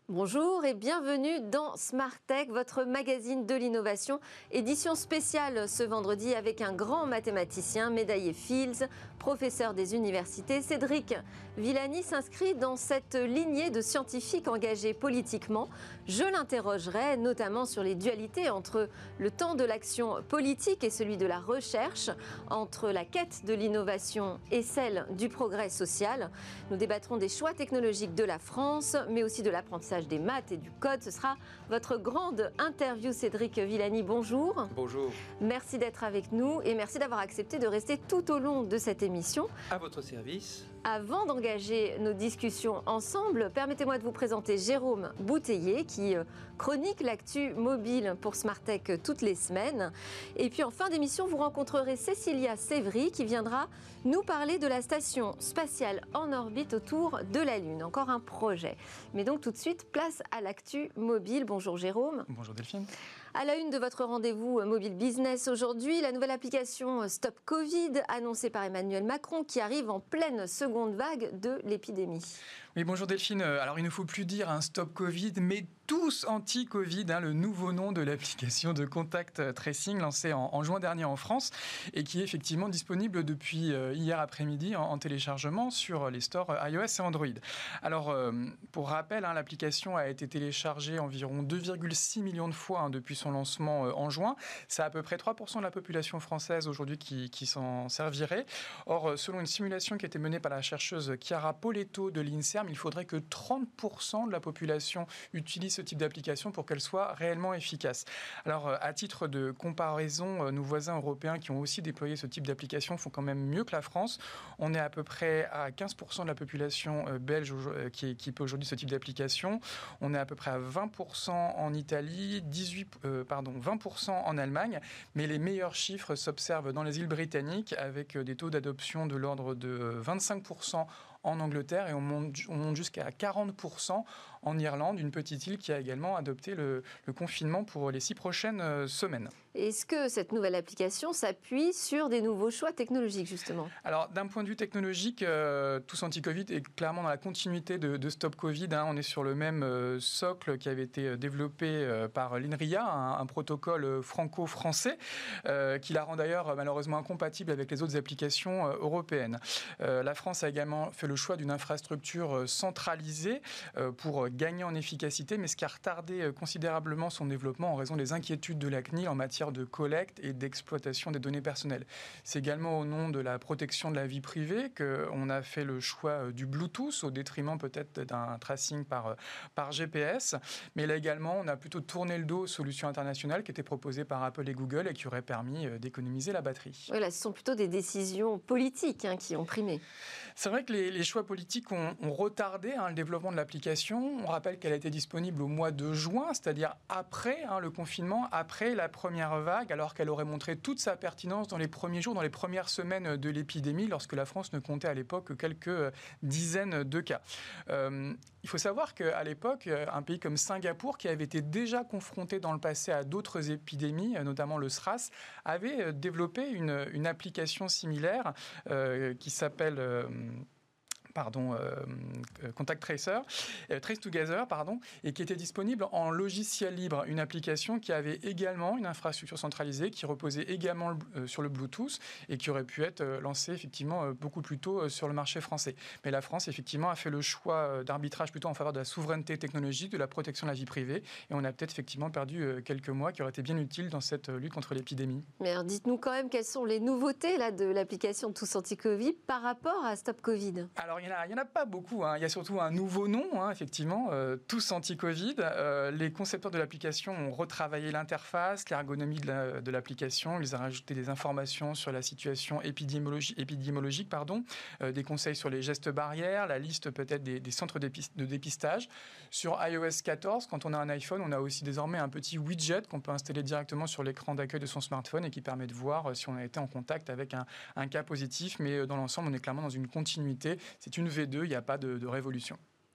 Bonjour et bienvenue dans Smart Tech, votre magazine de l'innovation. Édition spéciale ce vendredi avec un grand mathématicien, médaillé Fields, professeur des universités. Cédric Villani s'inscrit dans cette lignée de scientifiques engagés politiquement. Je l'interrogerai notamment sur les dualités entre le temps de l'action politique et celui de la recherche, entre la quête de l'innovation et celle du progrès social. Nous débattrons des choix technologiques de la France, mais aussi de l'apprentissage des maths et du code. Ce sera votre grande interview. Cédric Villani, bonjour. Bonjour. Merci d'être avec nous et merci d'avoir accepté de rester tout au long de cette émission. À votre service. Avant d'engager nos discussions ensemble, permettez-moi de vous présenter Jérôme Bouteiller qui chronique l'actu mobile pour Smart Tech toutes les semaines. Et puis en fin d'émission, vous rencontrerez Cécilia Sévry qui viendra nous parler de la station spatiale en orbite autour de la Lune. Encore un projet. Mais donc tout de suite, place à l'actu mobile. Bonjour Jérôme. Bonjour Delphine. À la une de votre rendez-vous Mobile Business aujourd'hui, la nouvelle application Stop Covid annoncée par Emmanuel Macron qui arrive en pleine seconde vague de l'épidémie. Oui, bonjour Delphine. Alors il ne faut plus dire un Stop Covid, mais tous anti-Covid, le nouveau nom de l'application de contact tracing lancée en juin dernier en France et qui est effectivement disponible depuis hier après-midi en téléchargement sur les stores iOS et Android. Alors, pour rappel, l'application a été téléchargée environ 2,6 millions de fois depuis son lancement en juin. C'est à peu près 3% de la population française aujourd'hui qui s'en servirait. Or, selon une simulation qui a été menée par la chercheuse Chiara Poletto de l'INSERM, il faudrait que 30% de la population utilise ce type d'application pour qu'elle soit réellement efficace. Alors, à titre de comparaison, nos voisins européens qui ont aussi déployé ce type d'application font quand même mieux que la France. On est à peu près à 15% de la population belge qui équipe aujourd'hui ce type d'application. On est à peu près à 20% en Italie, 20% en Allemagne. Mais les meilleurs chiffres s'observent dans les îles britanniques avec des taux d'adoption de l'ordre de 25% en Angleterre et on monte jusqu'à 40% en Irlande, une petite île qui a également adopté le confinement pour les 6 prochaines semaines. Est-ce que cette nouvelle application s'appuie sur des nouveaux choix technologiques, justement ? Alors, d'un point de vue technologique, Tous Anti-Covid est clairement dans la continuité de Stop Covid. On est sur le même socle qui avait été développé par l'INRIA, un protocole franco-français, qui la rend d'ailleurs malheureusement incompatible avec les autres applications européennes. La France a également fait le choix d'une infrastructure centralisée pour gagner en efficacité, mais ce qui a retardé considérablement son développement en raison des inquiétudes de la CNIL en matière de collecte et d'exploitation des données personnelles. C'est également au nom de la protection de la vie privée qu'on a fait le choix du Bluetooth au détriment peut-être d'un tracing par GPS, mais là également on a plutôt tourné le dos aux solutions internationales qui étaient proposées par Apple et Google et qui auraient permis d'économiser la batterie. Oui, là ce sont plutôt des décisions politiques qui ont primé. C'est vrai que les choix politiques ont retardé le développement de l'application. On rappelle qu'elle a été disponible au mois de juin, c'est-à-dire après le confinement, après la première vague, alors qu'elle aurait montré toute sa pertinence dans les premiers jours, dans les premières semaines de l'épidémie, lorsque la France ne comptait à l'époque que quelques dizaines de cas. Il faut savoir qu'à l'époque, un pays comme Singapour, qui avait été déjà confronté dans le passé à d'autres épidémies, notamment le SRAS, avait développé une application similaire qui s'appelle... Contact Tracer, Trace Together, et qui était disponible en logiciel libre, une application qui avait également une infrastructure centralisée, qui reposait également sur le Bluetooth et qui aurait pu être lancée effectivement beaucoup plus tôt sur le marché français. Mais la France, effectivement, a fait le choix d'arbitrage plutôt en faveur de la souveraineté technologique, de la protection de la vie privée, et on a peut-être effectivement perdu quelques mois qui auraient été bien utiles dans cette lutte contre l'épidémie. Mais alors, dites-nous quand même quelles sont les nouveautés de l'application Tous Anti-Covid par rapport à Stop Covid. Alors, il n'y en a pas beaucoup. Il y a surtout un nouveau nom, effectivement, Tous Anti-Covid. Les concepteurs de l'application ont retravaillé l'interface, l'ergonomie de l'application. Ils ont rajouté des informations sur la situation épidémiologique, des conseils sur les gestes barrières, la liste peut-être des centres de dépistage. Sur iOS 14, quand on a un iPhone, on a aussi désormais un petit widget qu'on peut installer directement sur l'écran d'accueil de son smartphone et qui permet de voir si on a été en contact avec un cas positif. Mais dans l'ensemble, on est clairement dans une continuité. C'est une V2, il n'y a pas de révolution.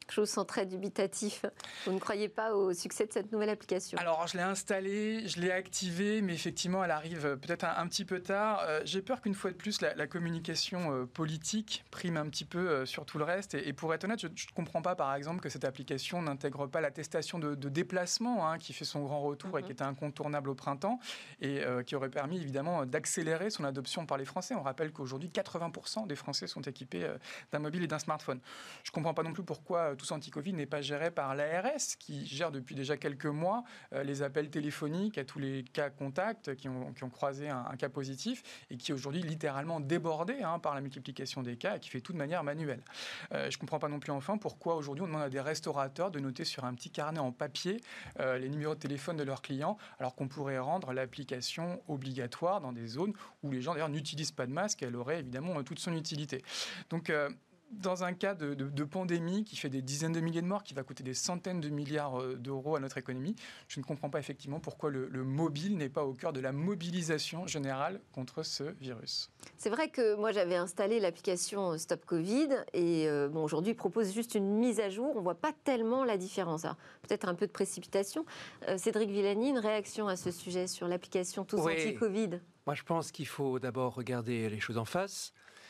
Je vous sens très dubitatif. Vous ne croyez pas au succès de cette nouvelle application? Alors, je l'ai installée, je l'ai activée, mais effectivement, elle arrive peut-être un petit peu tard. J'ai peur qu'une fois de plus, la communication politique prime un petit peu sur tout le reste. Et pour être honnête, je ne comprends pas, par exemple, que cette application n'intègre pas l'attestation de déplacement, hein, qui fait son grand retour et qui était incontournable au printemps, et qui aurait permis, évidemment, d'accélérer son adoption par les Français. On rappelle qu'aujourd'hui, 80% des Français sont équipés d'un mobile et d'un smartphone. Je ne comprends pas non plus pourquoi Tous Anti-Covid n'est pas géré par l'ARS, qui gère depuis déjà quelques mois les appels téléphoniques à tous les cas contacts qui ont croisé un cas positif et qui est aujourd'hui littéralement débordé par la multiplication des cas et qui fait tout de manière manuelle. Je ne comprends pas non plus enfin pourquoi aujourd'hui on demande à des restaurateurs de noter sur un petit carnet en papier les numéros de téléphone de leurs clients, alors qu'on pourrait rendre l'application obligatoire dans des zones où les gens d'ailleurs n'utilisent pas de masque et elle aurait évidemment toute son utilité. Donc dans un cas de pandémie qui fait des dizaines de milliers de morts, qui va coûter des centaines de milliards d'euros à notre économie, je ne comprends pas effectivement pourquoi le mobile n'est pas au cœur de la mobilisation générale contre ce virus. C'est vrai que moi j'avais installé l'application Stop Covid et aujourd'hui il propose juste une mise à jour. On ne voit pas tellement la différence. Alors, peut-être un peu de précipitation. Cédric Villani, une réaction à ce sujet sur l'application Tous Anti-Covid? Moi je pense qu'il faut d'abord regarder les choses en face.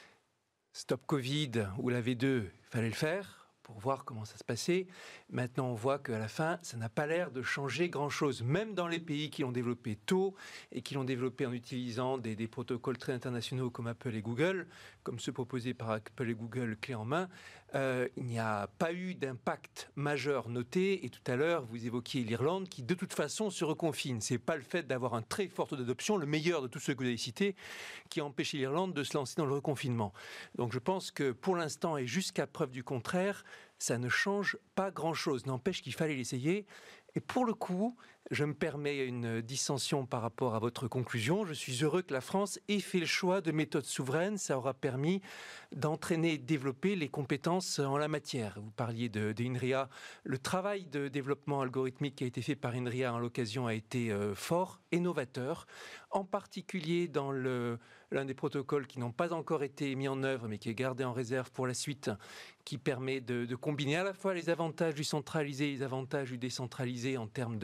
Stop Covid ou la V2, il fallait le faire pour voir comment ça se passait. Maintenant, on voit qu'à la fin, ça n'a pas l'air de changer grand-chose. Même dans les pays qui l'ont développé tôt et qui l'ont développé en utilisant des protocoles très internationaux comme Apple et Google, comme ceux proposés par Apple et Google clé en main, il n'y a pas eu d'impact majeur noté. Et tout à l'heure, vous évoquiez l'Irlande qui, de toute façon, se reconfine. Ce n'est pas le fait d'avoir un très fort taux d'adoption, le meilleur de tous ceux que vous avez cités, qui a empêché l'Irlande de se lancer dans le reconfinement. Donc je pense que pour l'instant, et jusqu'à preuve du contraire, ça ne change pas grand-chose. N'empêche qu'il fallait l'essayer. Et pour le coup, je me permets une dissension par rapport à votre conclusion. Je suis heureux que la France ait fait le choix de méthodes souveraines. Ça aura permis d'entraîner et de développer les compétences en la matière. Vous parliez de INRIA. Le travail de développement algorithmique qui a été fait par INRIA en l'occasion a été fort, et novateur, en particulier dans l'un des protocoles qui n'ont pas encore été mis en œuvre, mais qui est gardé en réserve pour la suite, qui permet de combiner à la fois les avantages du centralisé et les avantages du décentralisé en termes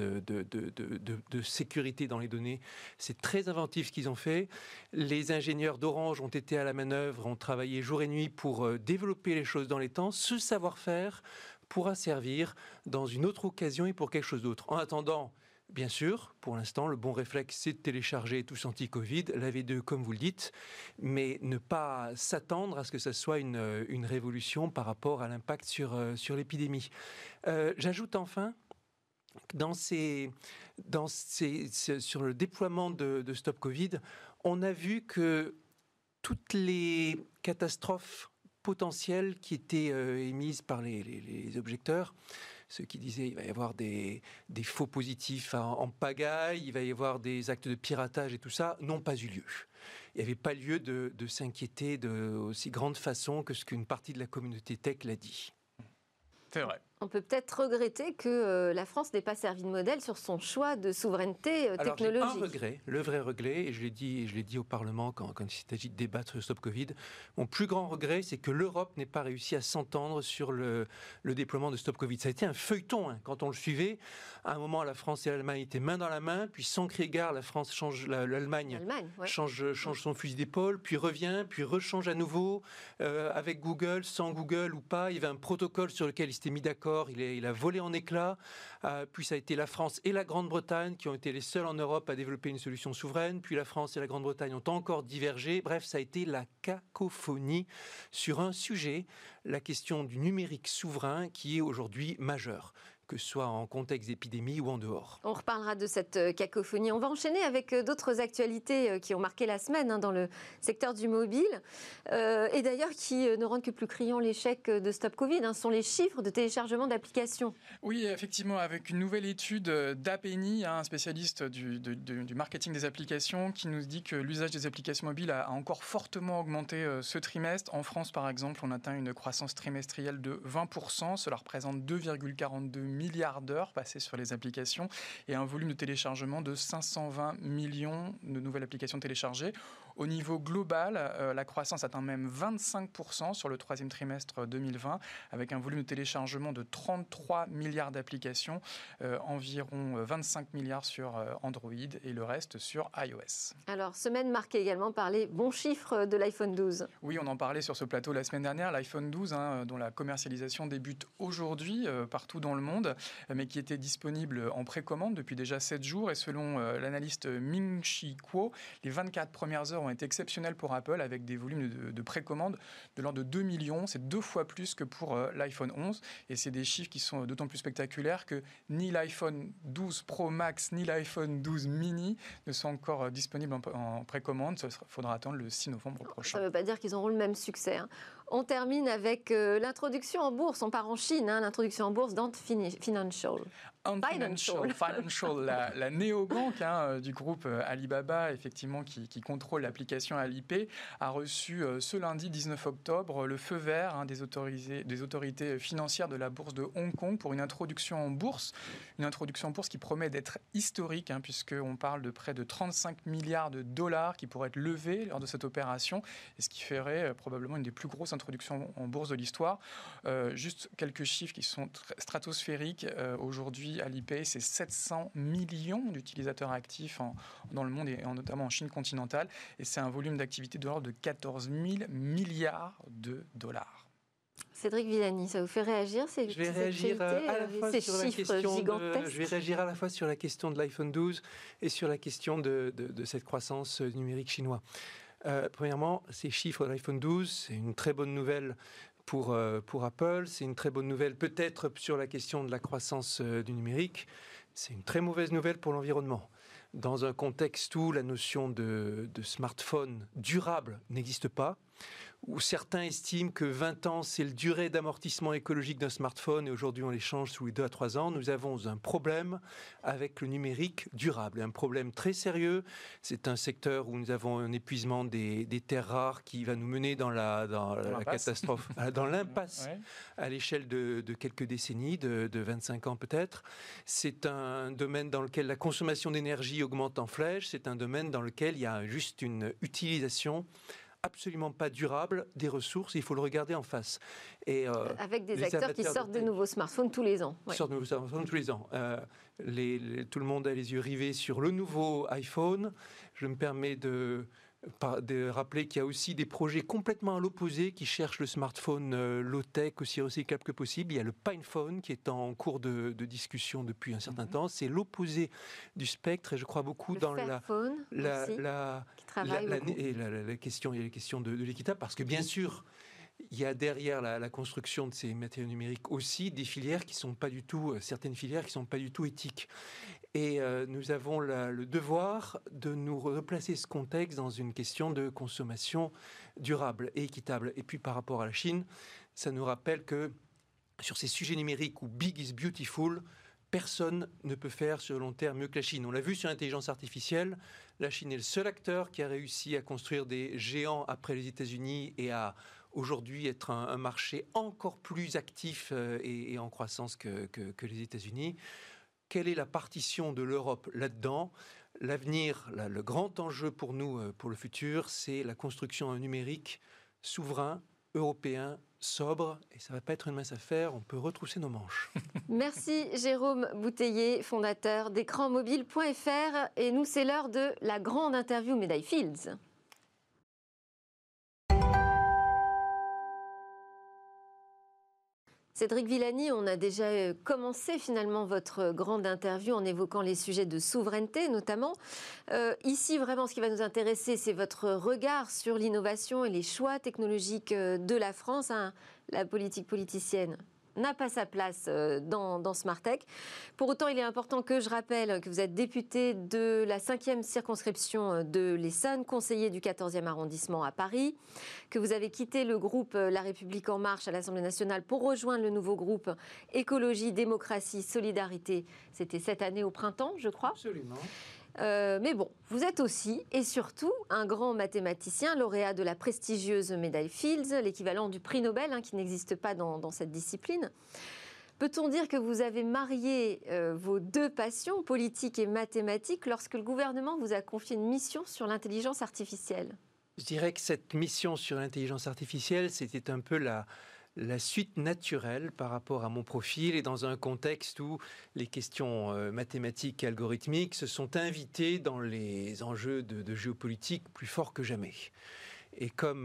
de sécurité dans les données. C'est très inventif ce qu'ils ont fait. Les ingénieurs d'Orange ont été à la manœuvre, ont travaillé jour et nuit pour développer les choses dans les temps. Ce savoir-faire pourra servir dans une autre occasion et pour quelque chose d'autre. En attendant, bien sûr, pour l'instant, le bon réflexe, c'est de télécharger Tous Anti-Covid, la V2 comme vous le dites, mais ne pas s'attendre à ce que ça soit une révolution par rapport à l'impact sur l'épidémie. J'ajoute enfin, sur le déploiement de Stop Covid, on a vu que toutes les catastrophes potentielles qui étaient émises par les objecteurs, ceux qui disaient qu'il va y avoir des faux positifs en pagaille, il va y avoir des actes de piratage et tout ça, n'ont pas eu lieu. Il n'y avait pas lieu de s'inquiéter de aussi grande façon que ce qu'une partie de la communauté tech l'a dit. C'est vrai. On peut peut-être regretter que la France n'ait pas servi de modèle sur son choix de souveraineté technologique. Alors, j'ai un regret, le vrai regret, et je l'ai dit au Parlement quand il s'agit de débattre sur Stop Covid. Mon plus grand regret, c'est que l'Europe n'ait pas réussi à s'entendre sur le déploiement de Stop Covid. Ça a été un feuilleton, quand on le suivait. À un moment, la France et l'Allemagne étaient main dans la main, puis sans crier gare, la France change, l'Allemagne change son fusil d'épaule, puis revient, puis rechange à nouveau, avec Google, sans Google ou pas. Il y avait un protocole sur lequel ils s'étaient mis d'accord. Il a volé en éclats, puis ça a été la France et la Grande-Bretagne qui ont été les seuls en Europe à développer une solution souveraine, puis la France et la Grande-Bretagne ont encore divergé. Bref, ça a été la cacophonie sur un sujet, la question du numérique souverain qui est aujourd'hui majeur, que ce soit en contexte d'épidémie ou en dehors. On reparlera de cette cacophonie. On va enchaîner avec d'autres actualités qui ont marqué la semaine dans le secteur du mobile et d'ailleurs qui ne rendent que plus criant l'échec de Stop Covid. Ce sont les chiffres de téléchargement d'applications. Oui, effectivement, avec une nouvelle étude d'Apeni, un spécialiste du marketing des applications, qui nous dit que l'usage des applications mobiles a encore fortement augmenté ce trimestre. En France, par exemple, on atteint une croissance trimestrielle de 20%. Cela représente 2,42 milliards d'heures passées sur les applications et un volume de téléchargement de 520 millions de nouvelles applications téléchargées. Au niveau global, la croissance atteint même 25% sur le troisième trimestre 2020, avec un volume de téléchargement de 33 milliards d'applications, environ 25 milliards sur Android et le reste sur iOS. Alors, semaine marquée également par les bons chiffres de l'iPhone 12. Oui, on en parlait sur ce plateau la semaine dernière, l'iPhone 12, dont la commercialisation débute aujourd'hui partout dans le monde, mais qui était disponible en précommande depuis déjà 7 jours. Et selon l'analyste Ming-Chi Kuo, les 24 premières heures ont été exceptionnelles pour Apple, avec des volumes de précommande de l'ordre de 2 millions. C'est 2 fois plus que pour l'iPhone 11. Et c'est des chiffres qui sont d'autant plus spectaculaires que ni l'iPhone 12 Pro Max ni l'iPhone 12 Mini ne sont encore disponibles en précommande. Il faudra attendre le 6 novembre prochain. Ça ne veut pas dire qu'ils auront le même succès. On termine avec l'introduction en bourse. On part en Chine, l'introduction en bourse d'Ant Financial. Financial, la néobanque du groupe Alibaba, effectivement, qui contrôle l'application Alipay, a reçu ce lundi 19 octobre le feu vert des autorités financières de la bourse de Hong Kong pour une introduction en bourse. Une introduction en bourse qui promet d'être historique, puisqu'on parle de près de 35 milliards de dollars qui pourraient être levés lors de cette opération, et ce qui ferait probablement une des plus grosses introductions en bourse de l'histoire. Juste quelques chiffres qui sont stratosphériques. Aujourd'hui, Alipay, c'est 700 millions d'utilisateurs actifs dans le monde et notamment en Chine continentale. Et c'est un volume d'activité de l'ordre de 14 000 milliards de dollars. Cédric Villani, ça vous fait réagir ces Je vais réagir à la fois sur la question je vais réagir à la fois sur la question de l'iPhone 12 et sur la question de cette croissance numérique chinoise. Premièrement, ces chiffres de l'iPhone 12, c'est une très bonne nouvelle pour Apple. C'est une très bonne nouvelle peut-être sur la question de la croissance du numérique. C'est une très mauvaise nouvelle pour l'environnement. Dans un contexte où la notion de smartphone durable n'existe pas, où certains estiment que 20 ans, c'est le durée d'amortissement écologique d'un smartphone, et aujourd'hui on les change sous les 2 à 3 ans, nous avons un problème avec le numérique durable. Un problème très sérieux. C'est un secteur où nous avons un épuisement des terres rares qui va nous mener dans la catastrophe, dans l'impasse à l'échelle de quelques décennies, de 25 ans peut-être. C'est un domaine dans lequel la consommation d'énergie augmente en flèche. C'est un domaine dans lequel il y a juste une utilisation absolument pas durable des ressources, il faut le regarder en face. Et, avec des acteurs qui sortent de nouveaux smartphones tous les ans. Ouais. Sortent de nouveaux smartphones tous les ans. Tout le monde a les yeux rivés sur le nouveau iPhone. Je me permets de rappeler qu'il y a aussi des projets complètement à l'opposé qui cherchent le smartphone low-tech, aussi recyclable que possible. Il y a le PinePhone qui est en cours de discussion depuis un certain temps. C'est l'opposé du spectre et je crois beaucoup dans la question, il y a les questions de l'équitable, parce que bien sûr, il y a derrière la construction de ces matériaux numériques aussi des filières qui sont pas du tout, certaines filières qui sont pas du tout éthiques. Et nous avons le devoir de nous replacer ce contexte dans une question de consommation durable et équitable. Et puis par rapport à la Chine, ça nous rappelle que sur ces sujets numériques où big is beautiful, personne ne peut faire sur le long terme mieux que la Chine. On l'a vu sur l'intelligence artificielle, la Chine est le seul acteur qui a réussi à construire des géants après les États-Unis et à aujourd'hui être un marché encore plus actif et en croissance que les États-Unis. Quelle est la partition de l'Europe là-dedans ? L'avenir, le grand enjeu pour nous, pour le futur, c'est la construction numérique souverain, européen, sobre, et ça ne va pas être une mince affaire, on peut retrousser nos manches. Merci Jérôme Bouteiller, fondateur d'écranmobile.fr. Et nous, c'est l'heure de la grande interview Médaille Fields. Cédric Villani, on a déjà commencé finalement votre grande interview en évoquant les sujets de souveraineté notamment. Ici, vraiment, ce qui va nous intéresser, c'est votre regard sur l'innovation et les choix technologiques de la France. La politique politicienne n'a pas sa place dans Smartech. Pour autant, il est important que je rappelle que vous êtes député de la 5e circonscription de l'Essonne, conseiller du 14e arrondissement à Paris, que vous avez quitté le groupe La République En Marche à l'Assemblée nationale pour rejoindre le nouveau groupe Écologie, Démocratie, Solidarité. C'était cette année au printemps, je crois. Absolument. Mais bon, vous êtes aussi et surtout un grand mathématicien, lauréat de la prestigieuse médaille Fields, l'équivalent du prix Nobel, qui n'existe pas dans cette discipline. Peut-on dire que vous avez marié vos deux passions, politique et mathématiques, lorsque le gouvernement vous a confié une mission sur l'intelligence artificielle ? Je dirais que cette mission sur l'intelligence artificielle, c'était un peu la suite naturelle par rapport à mon profil et dans un contexte où les questions mathématiques et algorithmiques se sont invitées dans les enjeux de géopolitique plus forts que jamais. Et comme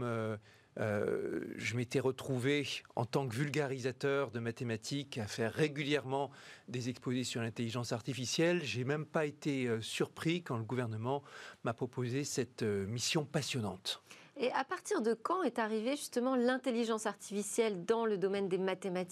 je m'étais retrouvé en tant que vulgarisateur de mathématiques à faire régulièrement des exposés sur l'intelligence artificielle, j'ai même pas été surpris quand le gouvernement m'a proposé cette mission passionnante. Et à partir de quand est arrivée justement l'intelligence artificielle dans le domaine des mathématiques ?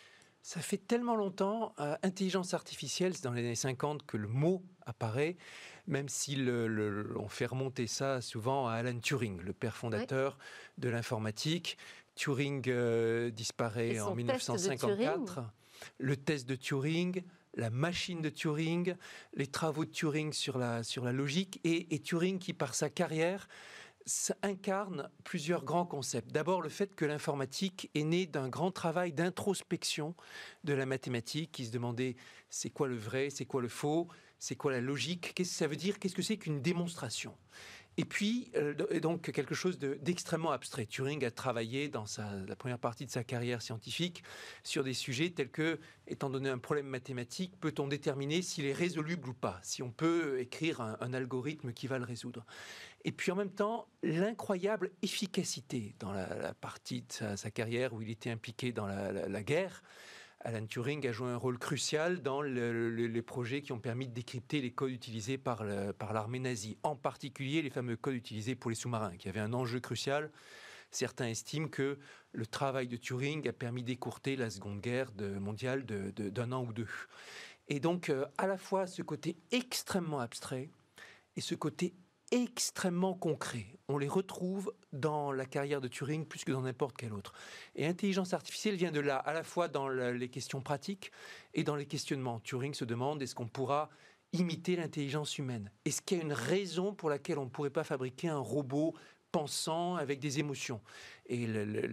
Ça fait tellement longtemps, intelligence artificielle, c'est dans les années 50 que le mot apparaît, même si on fait remonter ça souvent à Alan Turing, le père fondateur de l'informatique. Turing disparaît en 1954. Le test de Turing, la machine de Turing, les travaux de Turing sur la logique, et Turing qui, par sa carrière, ça incarne plusieurs grands concepts. D'abord, le fait que l'informatique est née d'un grand travail d'introspection de la mathématique, qui se demandait c'est quoi le vrai, c'est quoi le faux, c'est quoi la logique, qu'est-ce que ça veut dire, qu'est-ce que c'est qu'une démonstration. Et puis, donc, quelque chose d'extrêmement abstrait. Turing a travaillé dans la première partie de sa carrière scientifique sur des sujets tels que, étant donné un problème mathématique, peut-on déterminer s'il est résoluble ou pas, si on peut écrire un algorithme qui va le résoudre. Et puis en même temps, l'incroyable efficacité dans la partie de sa carrière où il était impliqué dans la guerre. Alan Turing a joué un rôle crucial dans les projets qui ont permis de décrypter les codes utilisés par l'armée nazie, en particulier les fameux codes utilisés pour les sous-marins, qui avaient un enjeu crucial. Certains estiment que le travail de Turing a permis d'écourter la Seconde Guerre mondiale d'un an ou deux. Et donc, à la fois ce côté extrêmement abstrait et ce côté extrêmement concret. On les retrouve dans la carrière de Turing plus que dans n'importe quelle autre. Et l'intelligence artificielle vient de là, à la fois dans les questions pratiques et dans les questionnements. Turing se demande, est-ce qu'on pourra imiter l'intelligence humaine ? Est-ce qu'il y a une raison pour laquelle on ne pourrait pas fabriquer un robot pensant avec des émotions ? Et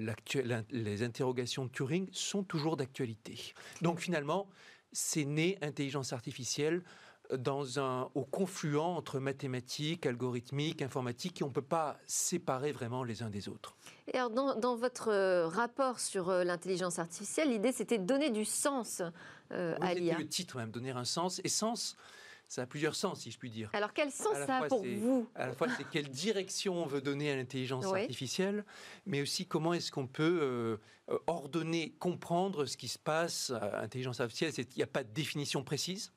les interrogations de Turing sont toujours d'actualité. Donc finalement, c'est né intelligence artificielle au confluent entre mathématiques, algorithmique, informatique, et on ne peut pas séparer vraiment les uns des autres. Et alors dans votre rapport sur l'intelligence artificielle, l'idée c'était de donner du sens à l'IA. C'était le titre même, donner un sens. Et sens, ça a plusieurs sens, si je puis dire. Alors quel sens ça a pour vous ? À la fois, c'est quelle direction on veut donner à l'intelligence artificielle, mais aussi comment est-ce qu'on peut ordonner, comprendre ce qui se passe à l'intelligence artificielle. Il n'y a pas de définition précise.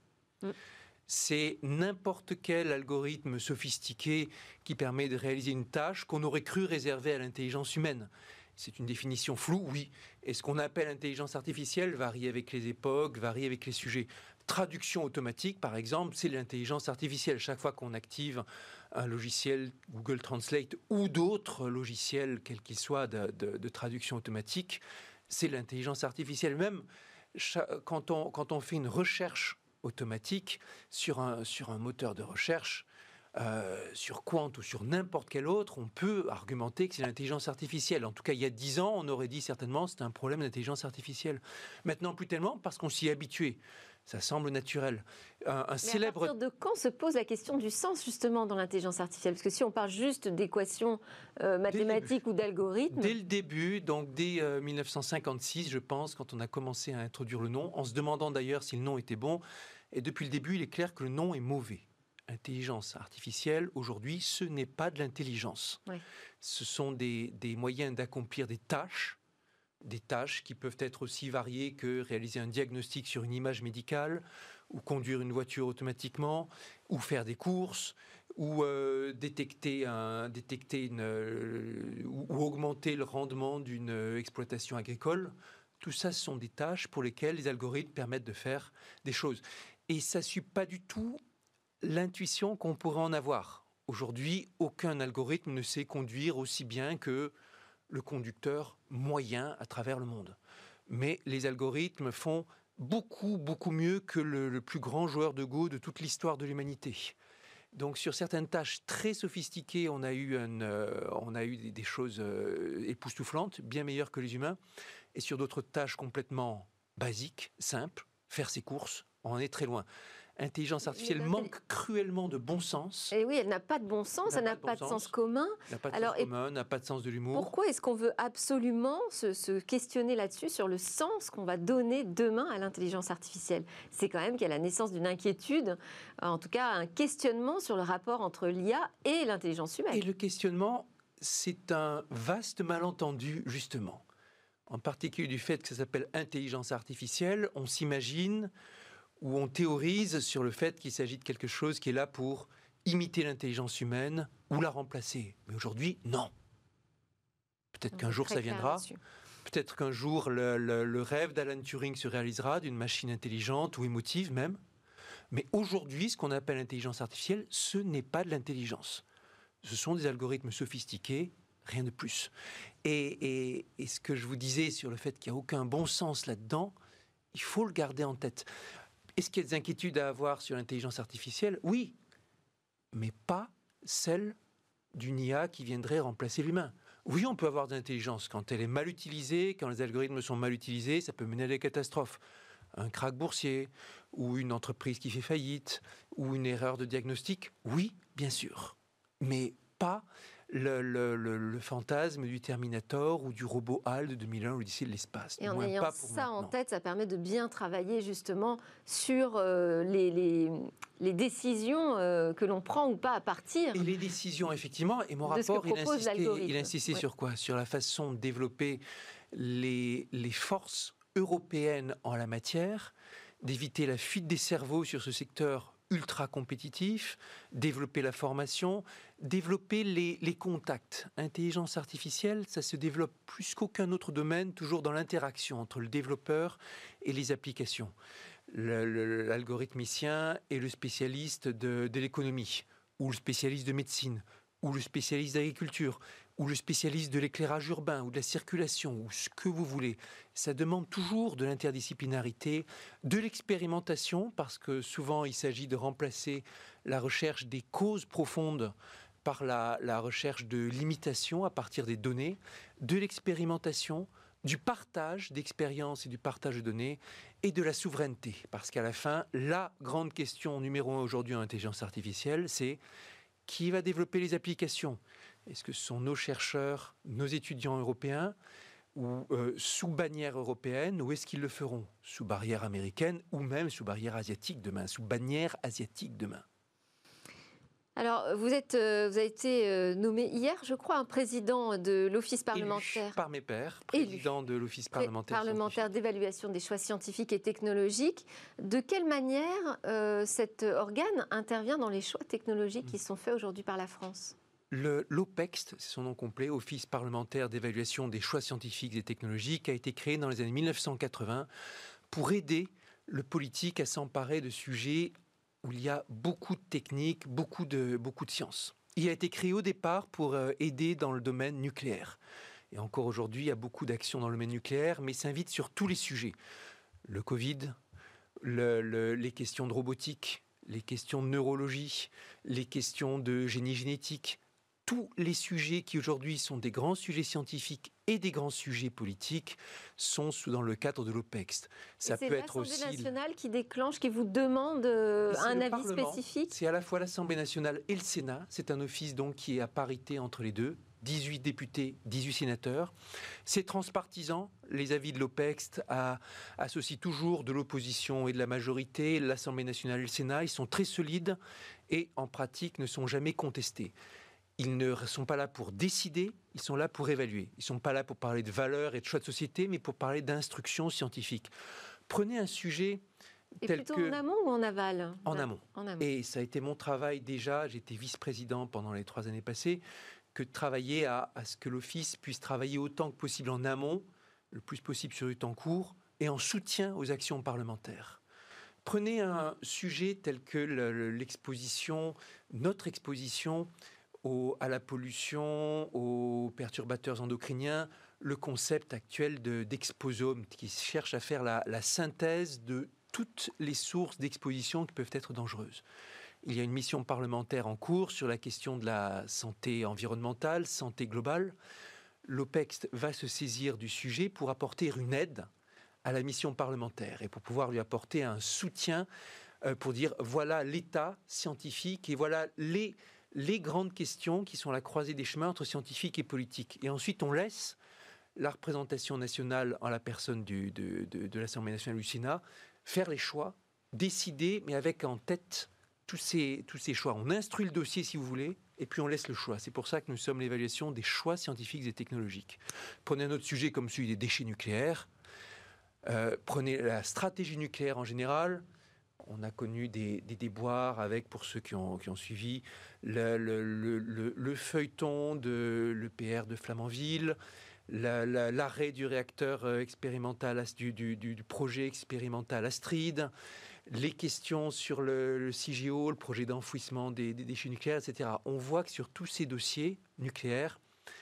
C'est n'importe quel algorithme sophistiqué qui permet de réaliser une tâche qu'on aurait cru réservée à l'intelligence humaine. C'est une définition floue, oui. Et ce qu'on appelle intelligence artificielle varie avec les époques, varie avec les sujets. Traduction automatique, par exemple, c'est l'intelligence artificielle. Chaque fois qu'on active un logiciel Google Translate ou d'autres logiciels, quels qu'ils soient, de traduction automatique, c'est l'intelligence artificielle. Même quand on fait une recherche automatique sur un moteur de recherche, sur Quant ou sur n'importe quel autre, on peut argumenter que c'est l'intelligence artificielle. En tout cas, il y a 10 ans, on aurait dit certainement que c'est un problème d'intelligence artificielle. Maintenant, plus tellement, parce qu'on s'y est habitué. Ça semble naturel. Mais à partir de quand se pose la question du sens, justement, dans l'intelligence artificielle ? Parce que si on parle juste d'équations mathématiques ou d'algorithmes... Dès le début, donc dès 1956, je pense, quand on a commencé à introduire le nom, en se demandant d'ailleurs si le nom était bon. Et depuis le début, il est clair que le nom est mauvais. Intelligence artificielle, aujourd'hui, ce n'est pas de l'intelligence. Oui. Ce sont des moyens d'accomplir des tâches qui peuvent être aussi variées que réaliser un diagnostic sur une image médicale, ou conduire une voiture automatiquement, ou faire des courses, ou détecter ou augmenter le rendement d'une exploitation agricole. Tout ça, ce sont des tâches pour lesquelles les algorithmes permettent de faire des choses. Et ça ne suit pas du tout l'intuition qu'on pourrait en avoir. Aujourd'hui, aucun algorithme ne sait conduire aussi bien que le conducteur moyen à travers le monde. Mais les algorithmes font beaucoup, beaucoup mieux que le plus grand joueur de Go de toute l'histoire de l'humanité. Donc sur certaines tâches très sophistiquées, on a eu des choses époustouflantes, bien meilleures que les humains. Et sur d'autres tâches complètement basiques, simples, faire ses courses, on en est très loin. Intelligence artificielle manque cruellement de bon sens. Et oui, elle n'a pas de bon sens, elle n'a pas de sens commun. Elle n'a pas de sens commun, n'a pas de sens de l'humour. Pourquoi est-ce qu'on veut absolument se questionner là-dessus, sur le sens qu'on va donner demain à l'intelligence artificielle? C'est quand même qu'il y a la naissance d'une inquiétude, en tout cas un questionnement sur le rapport entre l'IA et l'intelligence humaine. Et le questionnement, c'est un vaste malentendu, justement. En particulier du fait que ça s'appelle intelligence artificielle, on s'imagine ou on théorise sur le fait qu'il s'agit de quelque chose qui est là pour imiter l'intelligence humaine ou la remplacer. Mais aujourd'hui, non. Peut-être qu'un jour ça viendra. Peut-être qu'un jour le rêve d'Alan Turing se réalisera d'une machine intelligente ou émotive même. Mais aujourd'hui, ce qu'on appelle l'intelligence artificielle, ce n'est pas de l'intelligence. Ce sont des algorithmes sophistiqués, rien de plus. Et ce que je vous disais sur le fait qu'il n'y a aucun bon sens là-dedans, il faut le garder en tête. Est-ce qu'il y a des inquiétudes à avoir sur l'intelligence artificielle? Oui, mais pas celle d'une IA qui viendrait remplacer l'humain. Oui, on peut avoir de l'intelligence quand elle est mal utilisée, quand les algorithmes sont mal utilisés, ça peut mener à des catastrophes. Un krach boursier, ou une entreprise qui fait faillite, ou une erreur de diagnostic, oui, bien sûr. Mais pas le fantasme du Terminator ou du robot HAL de 2001, l'Odyssée de l'espace. Et en ayant ça en tête, ça permet de bien travailler justement sur les décisions que l'on prend ou pas à partir. Et les décisions, effectivement. Et mon rapport, il insistait sur quoi? Sur la façon de développer les forces européennes en la matière, d'éviter la fuite des cerveaux sur ce secteur ultra compétitif, développer la formation, développer les contacts. Intelligence artificielle, ça se développe plus qu'aucun autre domaine, toujours dans l'interaction entre le développeur et les applications. L'algorithmicien est le spécialiste de l'économie, ou le spécialiste de médecine, ou le spécialiste d'agriculture, ou le spécialiste de l'éclairage urbain, ou de la circulation, ou ce que vous voulez. Ça demande toujours de l'interdisciplinarité, de l'expérimentation, parce que souvent il s'agit de remplacer la recherche des causes profondes par la recherche de l'imitation à partir des données, de l'expérimentation, du partage d'expériences et du partage de données, et de la souveraineté. Parce qu'à la fin, la grande question numéro 1 aujourd'hui en intelligence artificielle, c'est qui va développer les applications? Est-ce que ce sont nos chercheurs, nos étudiants européens, ou sous bannière européenne, ou est-ce qu'ils le feront sous barrière américaine, ou même sous barrière asiatique demain, sous bannière asiatique demain? Alors, vous avez été nommé hier, je crois, un président de l'Office parlementaire. Élu par mes pairs, président de l'Office parlementaire d'évaluation des choix scientifiques et technologiques. De quelle manière cet organe intervient dans les choix technologiques qui sont faits aujourd'hui par la France? L'OPEXT, c'est son nom complet, Office parlementaire d'évaluation des choix scientifiques et technologiques, a été créé dans les années 1980 pour aider le politique à s'emparer de sujets où il y a beaucoup de techniques, beaucoup de sciences. Il a été créé au départ pour aider dans le domaine nucléaire. Et encore aujourd'hui, il y a beaucoup d'actions dans le domaine nucléaire, mais s'invite sur tous les sujets. Le Covid, les questions de robotique, les questions de neurologie, les questions de génie génétique, tous les sujets qui aujourd'hui sont des grands sujets scientifiques et des grands sujets politiques sont dans le cadre de l'OPEXT. Ça peut être aussi l'Assemblée nationale qui déclenche, qui vous demande un avis spécifique. C'est à la fois l'Assemblée nationale et le Sénat. C'est un office donc qui est à parité entre les deux. 18 députés, 18 sénateurs. C'est transpartisan. Les avis de l'OPEXT associent toujours de l'opposition et de la majorité. L'Assemblée nationale et le Sénat, ils sont très solides et en pratique ne sont jamais contestés. Ils ne sont pas là pour décider, ils sont là pour évaluer. Ils ne sont pas là pour parler de valeurs et de choix de société, mais pour parler d'instruction scientifique. Prenez un sujet tel que... en amont ou en aval? En amont. Et ça a été mon travail déjà, j'étais vice-président pendant les 3 années passées, que de travailler à ce que l'Office puisse travailler autant que possible en amont, le plus possible sur du temps court, et en soutien aux actions parlementaires. Prenez un sujet tel que notre exposition à la pollution, aux perturbateurs endocriniens, le concept actuel d'exposome qui cherche à faire la synthèse de toutes les sources d'exposition qui peuvent être dangereuses. Il y a une mission parlementaire en cours sur la question de la santé environnementale, santé globale. L'OPEXT va se saisir du sujet pour apporter une aide à la mission parlementaire et pour pouvoir lui apporter un soutien pour dire voilà l'état scientifique et voilà les grandes questions qui sont à la croisée des chemins entre scientifique et politique. Et ensuite, on laisse la représentation nationale en la personne de l'Assemblée nationale du Sénat faire les choix, décider, mais avec en tête tous ces choix. On instruit le dossier, si vous voulez, et puis on laisse le choix. C'est pour ça que nous sommes l'évaluation des choix scientifiques et technologiques. Prenez un autre sujet comme celui des déchets nucléaires. Prenez la stratégie nucléaire en général. On a connu des déboires avec, pour ceux qui ont suivi, le feuilleton de l'EPR de Flamanville, l'arrêt du réacteur expérimental, du projet expérimental Astrid, les questions sur le CIGEO, le projet d'enfouissement des déchets nucléaires, etc. On voit que sur tous ces dossiers nucléaires,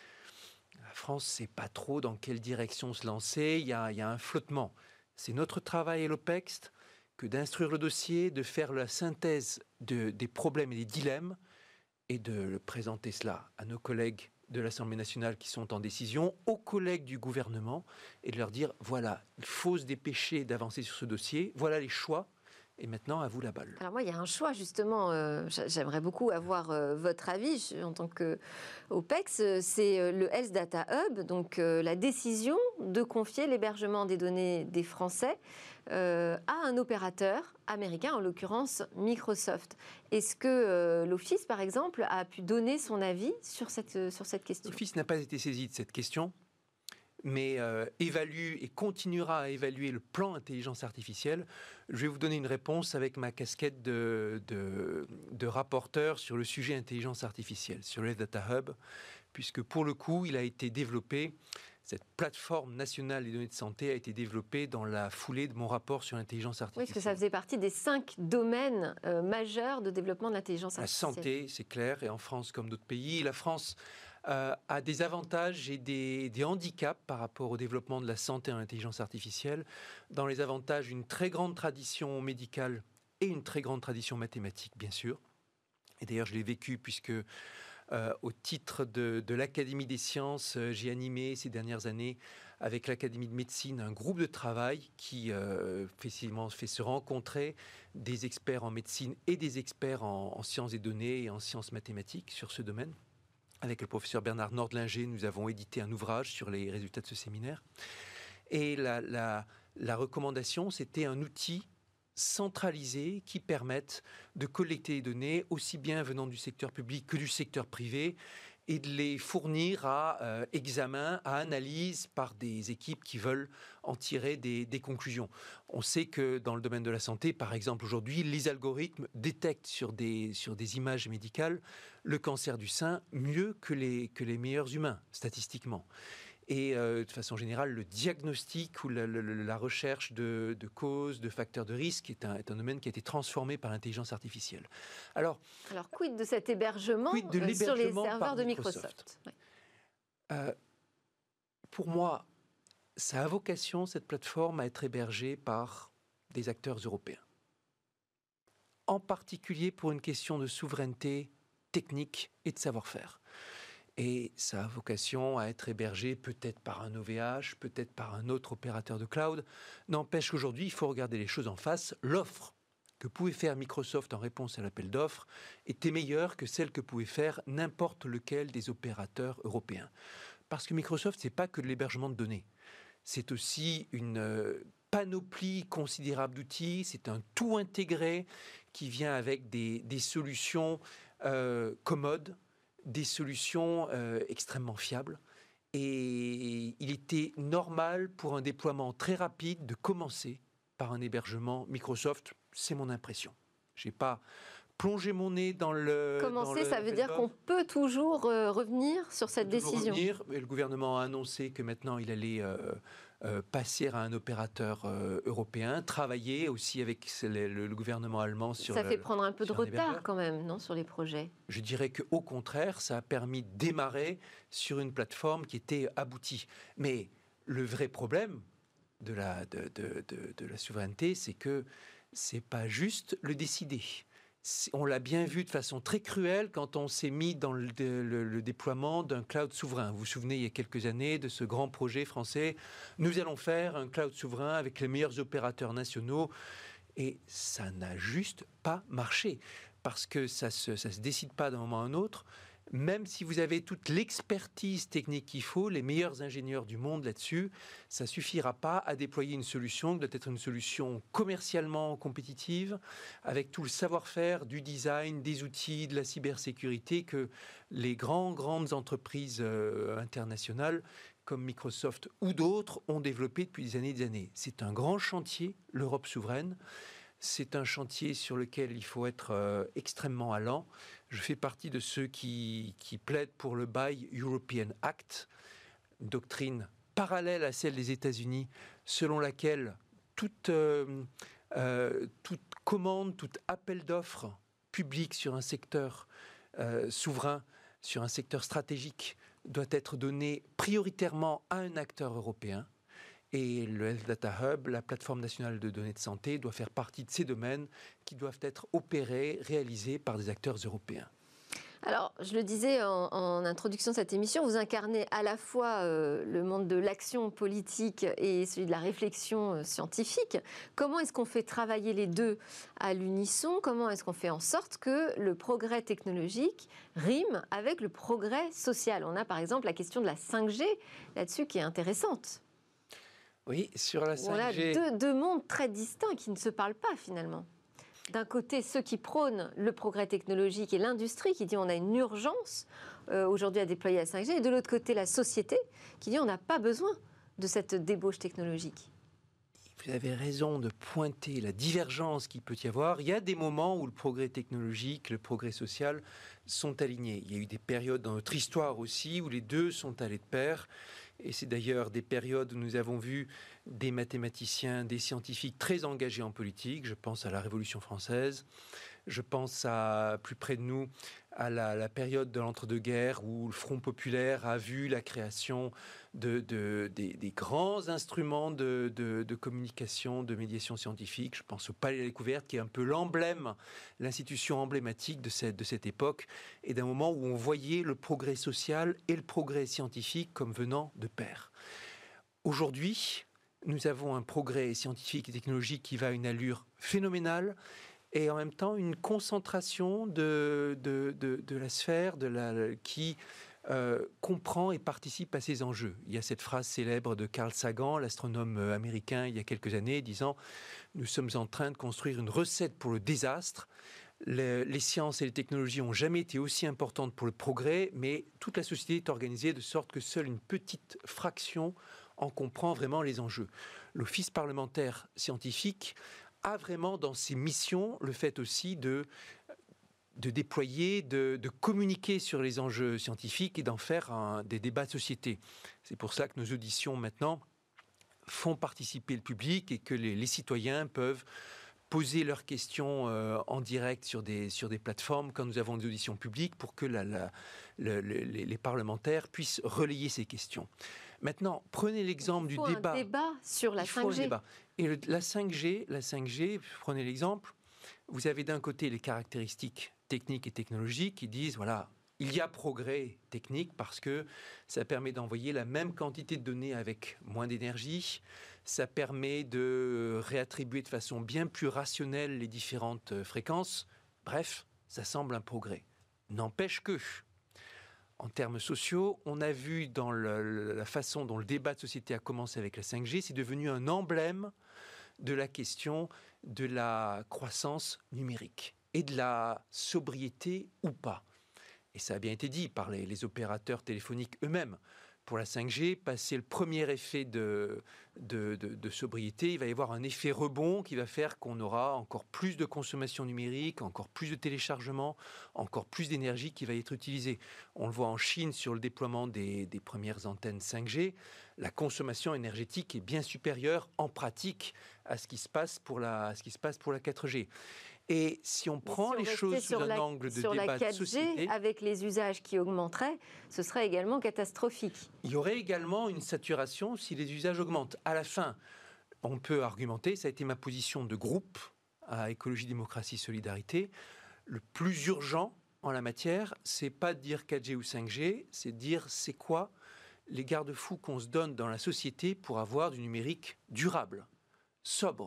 la France ne sait pas trop dans quelle direction se lancer. Il y a un flottement. C'est notre travail à l'OPEX que d'instruire le dossier, de faire la synthèse des problèmes et des dilemmes et de présenter cela à nos collègues de l'Assemblée nationale qui sont en décision, aux collègues du gouvernement et de leur dire voilà, il faut se dépêcher d'avancer sur ce dossier, voilà les choix. Et maintenant, à vous la balle. Alors moi, il y a un choix, justement. J'aimerais beaucoup avoir votre avis en tant qu'OPEX. C'est le Health Data Hub, donc la décision de confier l'hébergement des données des Français à un opérateur américain, en l'occurrence Microsoft. Est-ce que l'Office, par exemple, a pu donner son avis sur cette question ? L'Office n'a pas été saisi de cette question, mais évalue et continuera à évaluer le plan intelligence artificielle. Je vais vous donner une réponse avec ma casquette de rapporteur sur le sujet intelligence artificielle, sur le Data Hub, puisque pour le coup, il a été développé, cette plateforme nationale des données de santé a été développée dans la foulée de mon rapport sur l'intelligence artificielle. Oui, parce que ça faisait partie des 5 domaines majeurs de développement de l'intelligence artificielle. La santé, c'est clair, et en France comme d'autres pays, la France a des avantages et des handicaps par rapport au développement de la santé en intelligence artificielle. Dans les avantages, une très grande tradition médicale et une très grande tradition mathématique, bien sûr. Et d'ailleurs, je l'ai vécu puisque, au titre de l'Académie des sciences, j'ai animé ces dernières années avec l'Académie de médecine un groupe de travail qui fait se rencontrer des experts en médecine et des experts en sciences des données et en sciences mathématiques sur ce domaine. Avec le professeur Bernard Nordlinger, nous avons édité un ouvrage sur les résultats de ce séminaire. Et la recommandation, c'était un outil centralisé qui permette de collecter les données, aussi bien venant du secteur public que du secteur privé, et de les fournir à examen, à analyse par des équipes qui veulent en tirer des conclusions. On sait que dans le domaine de la santé, par exemple aujourd'hui, les algorithmes détectent sur des images médicales le cancer du sein mieux que les meilleurs humains, statistiquement. Et de façon générale, le diagnostic ou la recherche de causes, de facteurs de risque est un domaine qui a été transformé par l'intelligence artificielle. Alors quid de cet hébergement, sur les serveurs de Microsoft, Pour moi, ça a vocation, cette plateforme, à être hébergée par des acteurs européens. En particulier pour une question de souveraineté technique et de savoir-faire. Et ça a vocation à être hébergé peut-être par un OVH, peut-être par un autre opérateur de cloud. N'empêche qu'aujourd'hui, il faut regarder les choses en face. L'offre que pouvait faire Microsoft en réponse à l'appel d'offres était meilleure que celle que pouvait faire n'importe lequel des opérateurs européens. Parce que Microsoft, ce n'est pas que de l'hébergement de données. C'est aussi une panoplie considérable d'outils. C'est un tout intégré qui vient avec des solutions commodes, des solutions extrêmement fiables. Et il était normal pour un déploiement très rapide de commencer par un hébergement Microsoft. C'est mon impression. Je n'ai pas plongé mon nez dans le... Commencer, ça veut dire qu'on peut toujours revenir sur cette décision. Et le gouvernement a annoncé que maintenant il allait passer à un opérateur européen, travailler aussi avec le gouvernement allemand sur... Ça fait prendre un peu de retard quand même, non, sur les projets? Je dirais qu'au contraire, ça a permis de démarrer sur une plateforme qui était aboutie. Mais le vrai problème de la souveraineté, c'est que c'est pas juste le décider. On l'a bien vu de façon très cruelle quand on s'est mis dans le déploiement d'un cloud souverain. Vous vous souvenez, il y a quelques années, de ce grand projet français. Nous allons faire un cloud souverain avec les meilleurs opérateurs nationaux. Et ça n'a juste pas marché, parce que ça se décide pas d'un moment à un autre. Même si vous avez toute l'expertise technique qu'il faut, les meilleurs ingénieurs du monde là-dessus, ça suffira pas à déployer une solution qui doit être une solution commercialement compétitive, avec tout le savoir-faire du design, des outils, de la cybersécurité que les grandes entreprises internationales comme Microsoft ou d'autres ont développé depuis des années et des années. C'est un grand chantier, l'Europe souveraine. C'est un chantier sur lequel il faut être extrêmement allant. Je fais partie de ceux qui plaident pour le Buy European Act, une doctrine parallèle à celle des États-Unis, selon laquelle toute commande, tout appel d'offres public sur un secteur souverain, sur un secteur stratégique, doit être donné prioritairement à un acteur européen. Et le Health Data Hub, la plateforme nationale de données de santé, doit faire partie de ces domaines qui doivent être opérés, réalisés par des acteurs européens. Alors, je le disais en introduction de cette émission, vous incarnez à la fois le monde de l'action politique et celui de la réflexion scientifique. Comment est-ce qu'on fait travailler les deux à l'unisson ? Comment est-ce qu'on fait en sorte que le progrès technologique rime avec le progrès social ? On a par exemple la question de la 5G là-dessus qui est intéressante. Oui, sur la 5G... On a deux mondes très distincts qui ne se parlent pas finalement. D'un côté, ceux qui prônent le progrès technologique et l'industrie qui dit on a une urgence aujourd'hui à déployer la 5G, et de l'autre côté, la société qui dit on n'a pas besoin de cette débauche technologique. Vous avez raison de pointer la divergence qu'il peut y avoir. Il y a des moments où le progrès technologique, le progrès social sont alignés. Il y a eu des périodes dans notre histoire aussi où les deux sont allés de pair. Et c'est d'ailleurs des périodes où nous avons vu des mathématiciens, des scientifiques très engagés en politique. Je pense à la Révolution française. Je pense à, plus près de nous, à la période de l'entre-deux-guerres où le Front populaire a vu la création des grands instruments de communication, de médiation scientifique. Je pense au Palais de la Découverte, qui est un peu l'emblème, l'institution emblématique de cette époque, et d'un moment où on voyait le progrès social et le progrès scientifique comme venant de pair. Aujourd'hui, nous avons un progrès scientifique et technologique qui va à une allure phénoménale, et en même temps une concentration de la sphère qui comprend et participe à ces enjeux. Il y a cette phrase célèbre de Carl Sagan, l'astronome américain, il y a quelques années, disant « Nous sommes en train de construire une recette pour le désastre. Les sciences et les technologies n'ont jamais été aussi importantes pour le progrès, mais toute la société est organisée de sorte que seule une petite fraction en comprend vraiment les enjeux. » L'Office parlementaire scientifique a vraiment dans ses missions le fait aussi de déployer, de communiquer sur les enjeux scientifiques et d'en faire des débats de société. C'est pour ça que nos auditions maintenant font participer le public et que les citoyens peuvent poser leurs questions en direct sur des plateformes quand nous avons des auditions publiques pour que les parlementaires puissent relayer ces questions. Maintenant, prenez l'exemple du débat. Un débat sur la 5G. Et la 5G, prenez l'exemple, vous avez d'un côté les caractéristiques techniques et technologiques qui disent, voilà, il y a progrès technique parce que ça permet d'envoyer la même quantité de données avec moins d'énergie, ça permet de réattribuer de façon bien plus rationnelle les différentes fréquences. Bref, ça semble un progrès. N'empêche que, en termes sociaux, on a vu dans la façon dont le débat de société a commencé avec la 5G, c'est devenu un emblème de la question de la croissance numérique et de la sobriété ou pas. Et ça a bien été dit par les opérateurs téléphoniques eux-mêmes. Pour la 5G, passer le premier effet de sobriété, il va y avoir un effet rebond qui va faire qu'on aura encore plus de consommation numérique, encore plus de téléchargement, encore plus d'énergie qui va être utilisée. On le voit en Chine sur le déploiement des premières antennes 5G. La consommation énergétique est bien supérieure en pratique à ce qui se passe pour la 4G. Et si on prend les choses sous un angle de débat de société, avec les usages qui augmenteraient, ce serait également catastrophique. Il y aurait également une saturation si les usages augmentent. À la fin, on peut argumenter, ça a été ma position de groupe à Écologie, Démocratie, Solidarité, le plus urgent en la matière, c'est pas de dire 4G ou 5G, c'est de dire c'est quoi les garde-fous qu'on se donne dans la société pour avoir du numérique durable, sobre.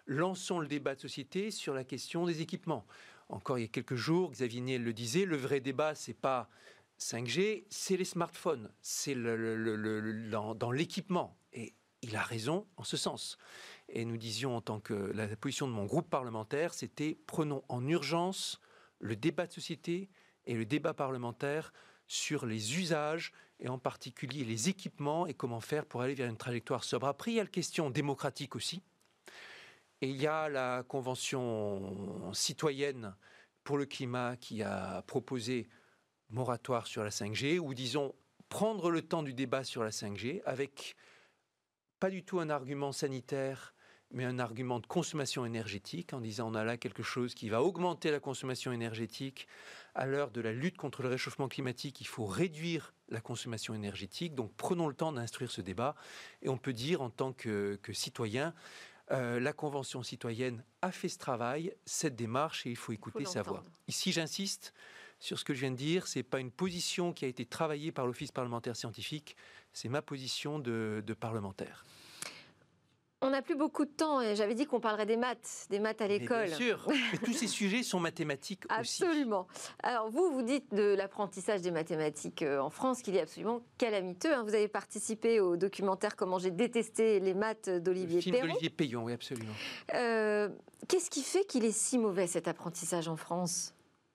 lançons le débat de société sur la question des équipements. Encore il y a quelques jours, Xavier Niel le disait, le vrai débat, c'est pas 5G, c'est les smartphones, c'est dans l'équipement. Et il a raison en ce sens. Et nous disions, en tant que la position de mon groupe parlementaire, c'était prenons en urgence le débat de société et le débat parlementaire sur les usages et en particulier les équipements et comment faire pour aller vers une trajectoire sobre. Après, il y a la question démocratique aussi. Et il y a la Convention citoyenne pour le climat qui a proposé moratoire sur la 5G, ou disons prendre le temps du débat sur la 5G avec pas du tout un argument sanitaire, mais un argument de consommation énergétique, en disant on a là quelque chose qui va augmenter la consommation énergétique. À l'heure de la lutte contre le réchauffement climatique, il faut réduire la consommation énergétique. Donc prenons le temps d'instruire ce débat. Et on peut dire en tant que citoyen, la Convention citoyenne a fait ce travail, cette démarche, et il faut écouter sa voix. Ici, j'insiste sur ce que je viens de dire. Ce n'est pas une position qui a été travaillée par l'Office parlementaire scientifique, c'est ma position de parlementaire. On n'a plus beaucoup de temps et j'avais dit qu'on parlerait des maths à l'école. Bien sûr, mais tous ces sujets sont mathématiques aussi. Absolument. Alors vous dites de l'apprentissage des mathématiques en France qu'il est absolument calamiteux. Vous avez participé au documentaire « Comment j'ai détesté les maths » d'Olivier Perron. Le film d'Olivier Perron, oui, absolument. Qu'est-ce qui fait qu'il est si mauvais cet apprentissage en France ?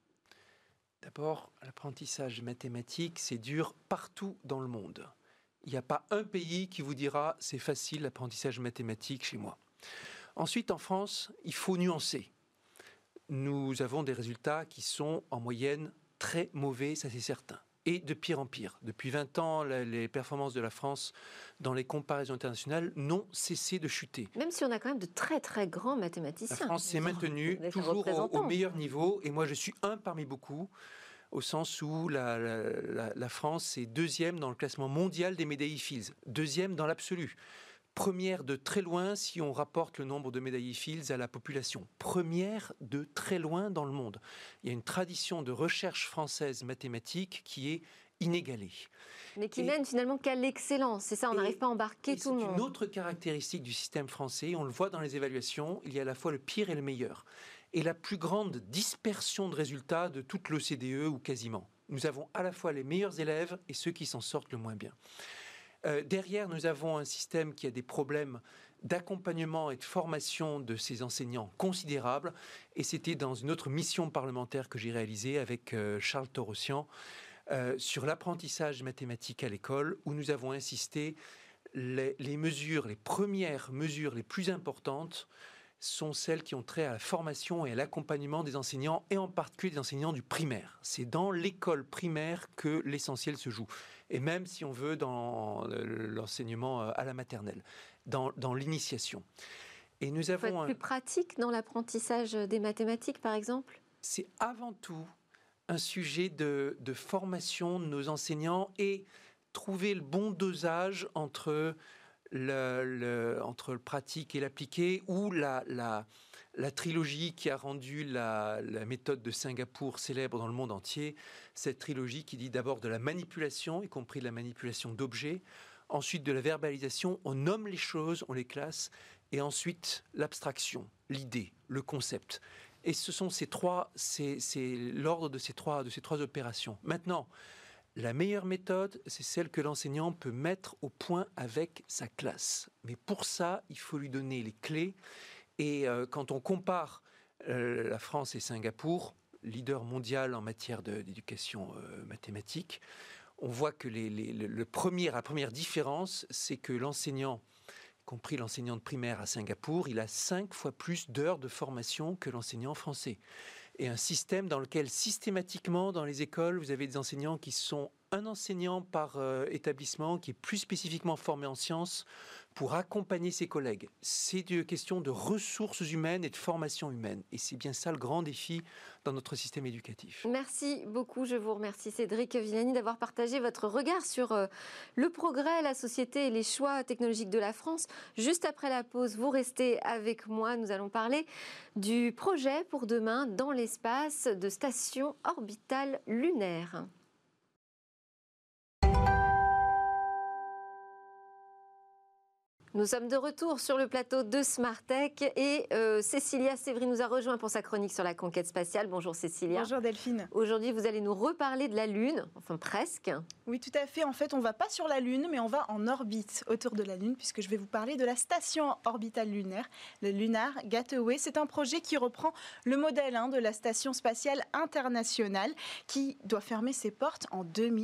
D'abord, l'apprentissage mathématique, c'est dur partout dans le monde. Il n'y a pas un pays qui vous dira « c'est facile l'apprentissage mathématique chez moi ». Ensuite, en France, il faut nuancer. Nous avons des résultats qui sont en moyenne très mauvais, ça c'est certain. Et de pire en pire. Depuis 20 ans, les performances de la France dans les comparaisons internationales n'ont cessé de chuter. Même si on a quand même de très très grands mathématiciens. La France s'est maintenue toujours au meilleur niveau. Et moi, je suis un parmi beaucoup, au sens où la France est deuxième dans le classement mondial des médaillés Fields. Deuxième dans l'absolu. Première de très loin si on rapporte le nombre de médaillés Fields à la population. Première de très loin dans le monde. Il y a une tradition de recherche française mathématique qui est inégalée. Mais qui mène finalement qu'à l'excellence. C'est ça, on n'arrive pas à embarquer tout le monde. C'est une autre caractéristique du système français. On le voit dans les évaluations. Il y a à la fois le pire et le meilleur. Et la plus grande dispersion de résultats de toute l'OCDE ou quasiment. Nous avons à la fois les meilleurs élèves et ceux qui s'en sortent le moins bien. Derrière, nous avons un système qui a des problèmes d'accompagnement et de formation de ces enseignants considérables. Et c'était dans une autre mission parlementaire que j'ai réalisée avec Charles Torossian sur l'apprentissage mathématique à l'école, où nous avons insisté les premières mesures les plus importantes sont celles qui ont trait à la formation et à l'accompagnement des enseignants, et en particulier des enseignants du primaire. C'est dans l'école primaire que l'essentiel se joue. Et même, si on veut, dans l'enseignement à la maternelle, dans l'initiation. Et nous avons... Il faut être plus pratique dans l'apprentissage des mathématiques, par exemple ? C'est avant tout un sujet de formation de nos enseignants et trouver le bon dosage entre le pratique et l'appliqué, ou la trilogie qui a rendu la méthode de Singapour célèbre dans le monde entier. Cette trilogie qui dit d'abord de la manipulation, y compris de la manipulation d'objets, ensuite de la verbalisation, on nomme les choses, on les classe, et ensuite l'abstraction, l'idée, le concept. Et ce sont c'est l'ordre de ces trois opérations. Maintenant, la meilleure méthode, c'est celle que l'enseignant peut mettre au point avec sa classe. Mais pour ça, il faut lui donner les clés. Et quand on compare la France et Singapour, leader mondial en matière d'éducation mathématique, on voit que la première différence, c'est que l'enseignant, y compris l'enseignant de primaire à Singapour, il a 5 fois plus d'heures de formation que l'enseignant français. Et un système dans lequel systématiquement dans les écoles, vous avez des enseignants qui sont un enseignant par établissement qui est plus spécifiquement formé en sciences pour accompagner ses collègues. C'est une question de ressources humaines et de formation humaine. Et c'est bien ça le grand défi dans notre système éducatif. Merci beaucoup. Je vous remercie Cédric Villani d'avoir partagé votre regard sur le progrès, la société et les choix technologiques de la France. Juste après la pause, vous restez avec moi. Nous allons parler du projet pour demain dans l'espace de stations orbitales lunaires. Nous sommes de retour sur le plateau de Smartech et Cécilia Sévry nous a rejoint pour sa chronique sur la conquête spatiale. Bonjour Cécilia. Bonjour Delphine. Aujourd'hui, vous allez nous reparler de la Lune, enfin presque. Oui, tout à fait. En fait, on ne va pas sur la Lune, mais on va en orbite autour de la Lune, puisque je vais vous parler de la station orbitale lunaire, le Lunar Gateway. C'est un projet qui reprend le modèle de la Station spatiale internationale, qui doit fermer ses portes en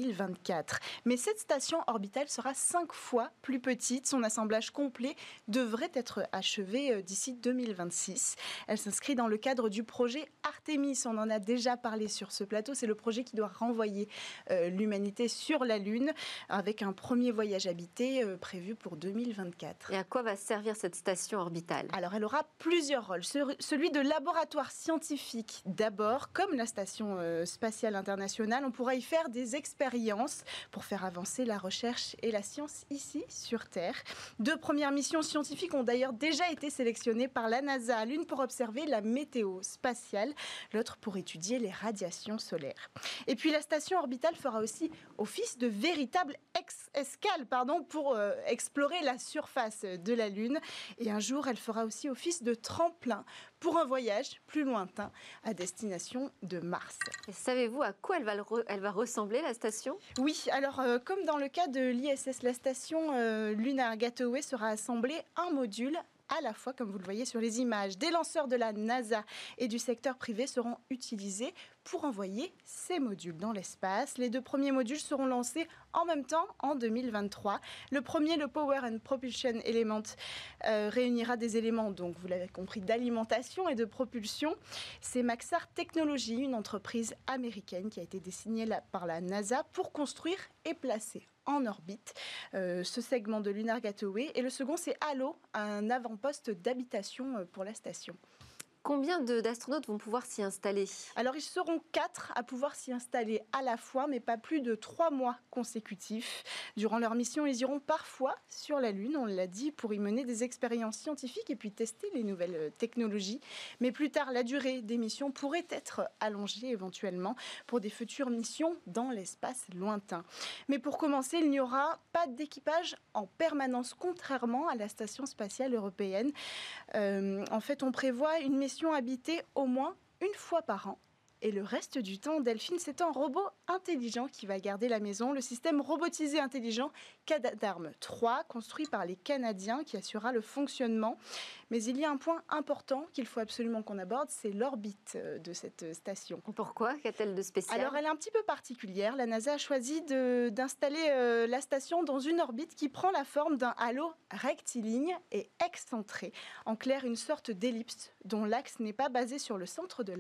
2024. Mais cette station orbitale sera 5 fois plus petite. Son assemblage complet devrait être achevé d'ici 2026. Elle s'inscrit dans le cadre du projet Artemis. On en a déjà parlé sur ce plateau. C'est le projet qui doit renvoyer l'humanité sur la Lune, avec un premier voyage habité prévu pour 2024. Et à quoi va servir cette station orbitale ? Alors, elle aura plusieurs rôles. Celui de laboratoire scientifique d'abord. Comme la Station spatiale internationale, on pourra y faire des expériences pour faire avancer la recherche et la science ici, sur Terre. 2 premières missions scientifiques ont d'ailleurs déjà été sélectionnées par la NASA. L'une pour observer la météo spatiale, l'autre pour étudier les radiations solaires. Et puis la station orbitale fera aussi office de véritable escale pour explorer la surface de la Lune. Et un jour, elle fera aussi office de tremplin pour un voyage plus lointain à destination de Mars. Et savez-vous à quoi elle va ressembler, la station ? Oui, alors comme dans le cas de l'ISS, la station Lunar Gateway sera assemblée un module à la fois, comme vous le voyez sur les images. Des lanceurs de la NASA et du secteur privé seront utilisés pour envoyer ces modules dans l'espace. Les 2 premiers modules seront lancés en même temps en 2023. Le premier, le Power and Propulsion Element, réunira des éléments, donc vous l'avez compris, d'alimentation et de propulsion. C'est Maxar Technologies, une entreprise américaine qui a été désignée par la NASA pour construire et placer en orbite ce segment de Lunar Gateway. Et le second, c'est Halo, un avant-poste d'habitation pour la station. Combien d'astronautes vont pouvoir s'y installer ? Alors, ils seront 4 à pouvoir s'y installer à la fois, mais pas plus de 3 mois consécutifs. Durant leur mission, ils iront parfois sur la Lune, on l'a dit, pour y mener des expériences scientifiques et puis tester les nouvelles technologies. Mais plus tard, la durée des missions pourrait être allongée éventuellement pour des futures missions dans l'espace lointain. Mais pour commencer, il n'y aura pas d'équipage en permanence, contrairement à la Station spatiale européenne. En fait, on prévoit une mission habitée au moins une fois par an. Et le reste du temps, Delphine, c'est un robot intelligent qui va garder la maison. Le système robotisé intelligent Canadarm 3, construit par les Canadiens, qui assurera le fonctionnement. Mais il y a un point important qu'il faut absolument qu'on aborde, c'est l'orbite de cette station. Pourquoi ? Qu'a-t-elle de spécial ? Alors, elle est un petit peu particulière. La NASA a choisi d'installer la station dans une orbite qui prend la forme d'un halo rectiligne et excentré. En clair, une sorte d'ellipse dont l'axe n'est pas basé sur le centre de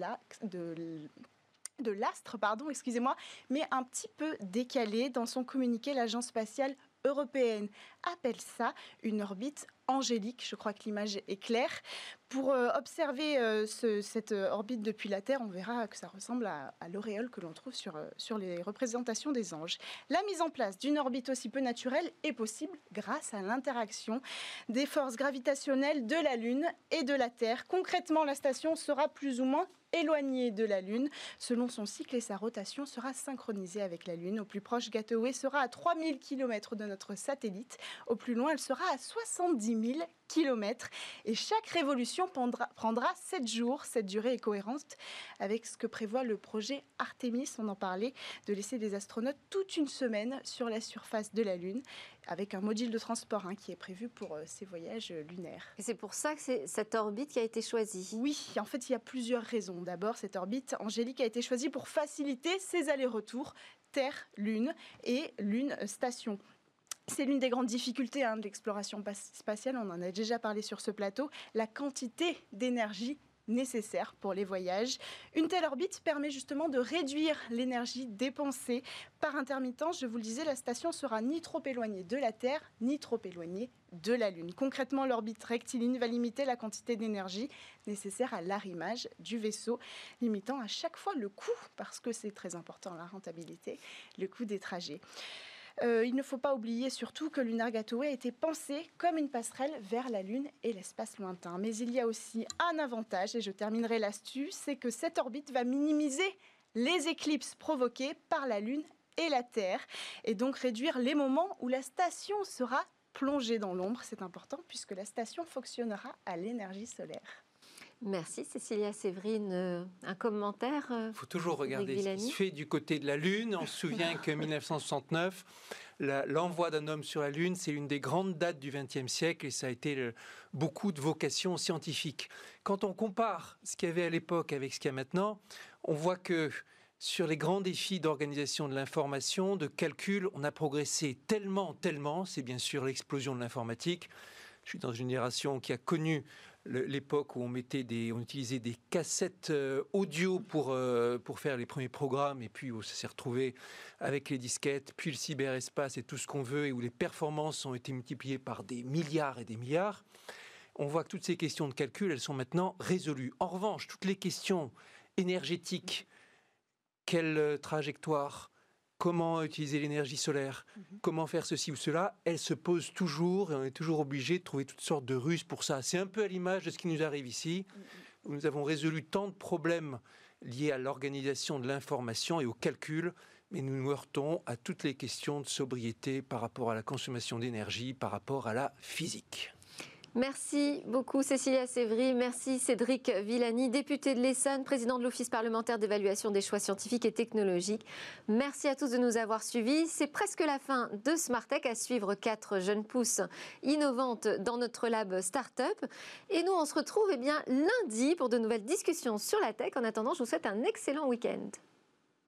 l'astre, mais un petit peu décalé. Dans son communiqué, l'agence spatiale européenne appelle ça une orbite angélique. Je crois que l'image est claire. Pour observer cette orbite depuis la Terre, on verra que ça ressemble à l'auréole que l'on trouve sur les représentations des anges. La mise en place d'une orbite aussi peu naturelle est possible grâce à l'interaction des forces gravitationnelles de la Lune et de la Terre. Concrètement, la station sera plus ou moins éloignée de la Lune selon son cycle et sa rotation sera synchronisée avec la Lune. Au plus proche, Gateway sera à 3000 km de notre satellite. Au plus loin, elle sera à 70 000 km. Et chaque révolution prendra 7 jours. Cette durée est cohérente avec ce que prévoit le projet Artemis, on en parlait, de laisser les astronautes toute une semaine sur la surface de la Lune, avec un module de transport qui est prévu pour ces voyages lunaires. Et c'est pour ça que c'est cette orbite qui a été choisie ? Oui, en fait, il y a plusieurs raisons. D'abord, cette orbite angélique a été choisie pour faciliter ces allers-retours Terre-Lune et Lune-Station. C'est l'une des grandes difficultés de l'exploration spatiale, on en a déjà parlé sur ce plateau, la quantité d'énergie nécessaire pour les voyages. Une telle orbite permet justement de réduire l'énergie dépensée. Par intermittence, je vous le disais, la station sera ni trop éloignée de la Terre, ni trop éloignée de la Lune. Concrètement, l'orbite rectiligne va limiter la quantité d'énergie nécessaire à l'arrimage du vaisseau, limitant à chaque fois le coût, parce que c'est très important, la rentabilité, le coût des trajets. Il ne faut pas oublier surtout que Lunar Gateway a été pensé comme une passerelle vers la Lune et l'espace lointain. Mais il y a aussi un avantage, et je terminerai là-dessus, c'est que cette orbite va minimiser les éclipses provoquées par la Lune et la Terre, et donc réduire les moments où la station sera plonger dans l'ombre. C'est important puisque la station fonctionnera à l'énergie solaire. Merci Cécilia Séverine. Un commentaire Il faut toujours regarder ce qui se fait du côté de la Lune. On se souvient que 1969, l'envoi d'un homme sur la Lune, c'est une des grandes dates du XXe siècle et ça a été beaucoup de vocations scientifiques. Quand on compare ce qu'il y avait à l'époque avec ce qu'il y a maintenant, on voit que sur les grands défis d'organisation de l'information, de calcul, on a progressé tellement, c'est bien sûr l'explosion de l'informatique. Je suis dans une génération qui a connu l'époque où on utilisait des cassettes audio pour faire les premiers programmes et puis où ça s'est retrouvé avec les disquettes, puis le cyberespace et tout ce qu'on veut et où les performances ont été multipliées par des milliards et des milliards. On voit que toutes ces questions de calcul, elles sont maintenant résolues. En revanche, toutes les questions énergétiques, quelle trajectoire, comment utiliser l'énergie solaire, comment faire ceci ou cela, elles se posent toujours et on est toujours obligé de trouver toutes sortes de ruses pour ça. C'est un peu à l'image de ce qui nous arrive ici, où nous avons résolu tant de problèmes liés à l'organisation de l'information et au calcul, mais nous nous heurtons à toutes les questions de sobriété par rapport à la consommation d'énergie, par rapport à la physique. Merci beaucoup Cécilia Séverine, merci Cédric Villani, député de l'Essonne, président de l'Office parlementaire d'évaluation des choix scientifiques et technologiques. Merci à tous de nous avoir suivis. C'est presque la fin de Smartech, à suivre 4 jeunes pousses innovantes dans notre lab Startup. Et nous, on se retrouve lundi pour de nouvelles discussions sur la tech. En attendant, je vous souhaite un excellent week-end.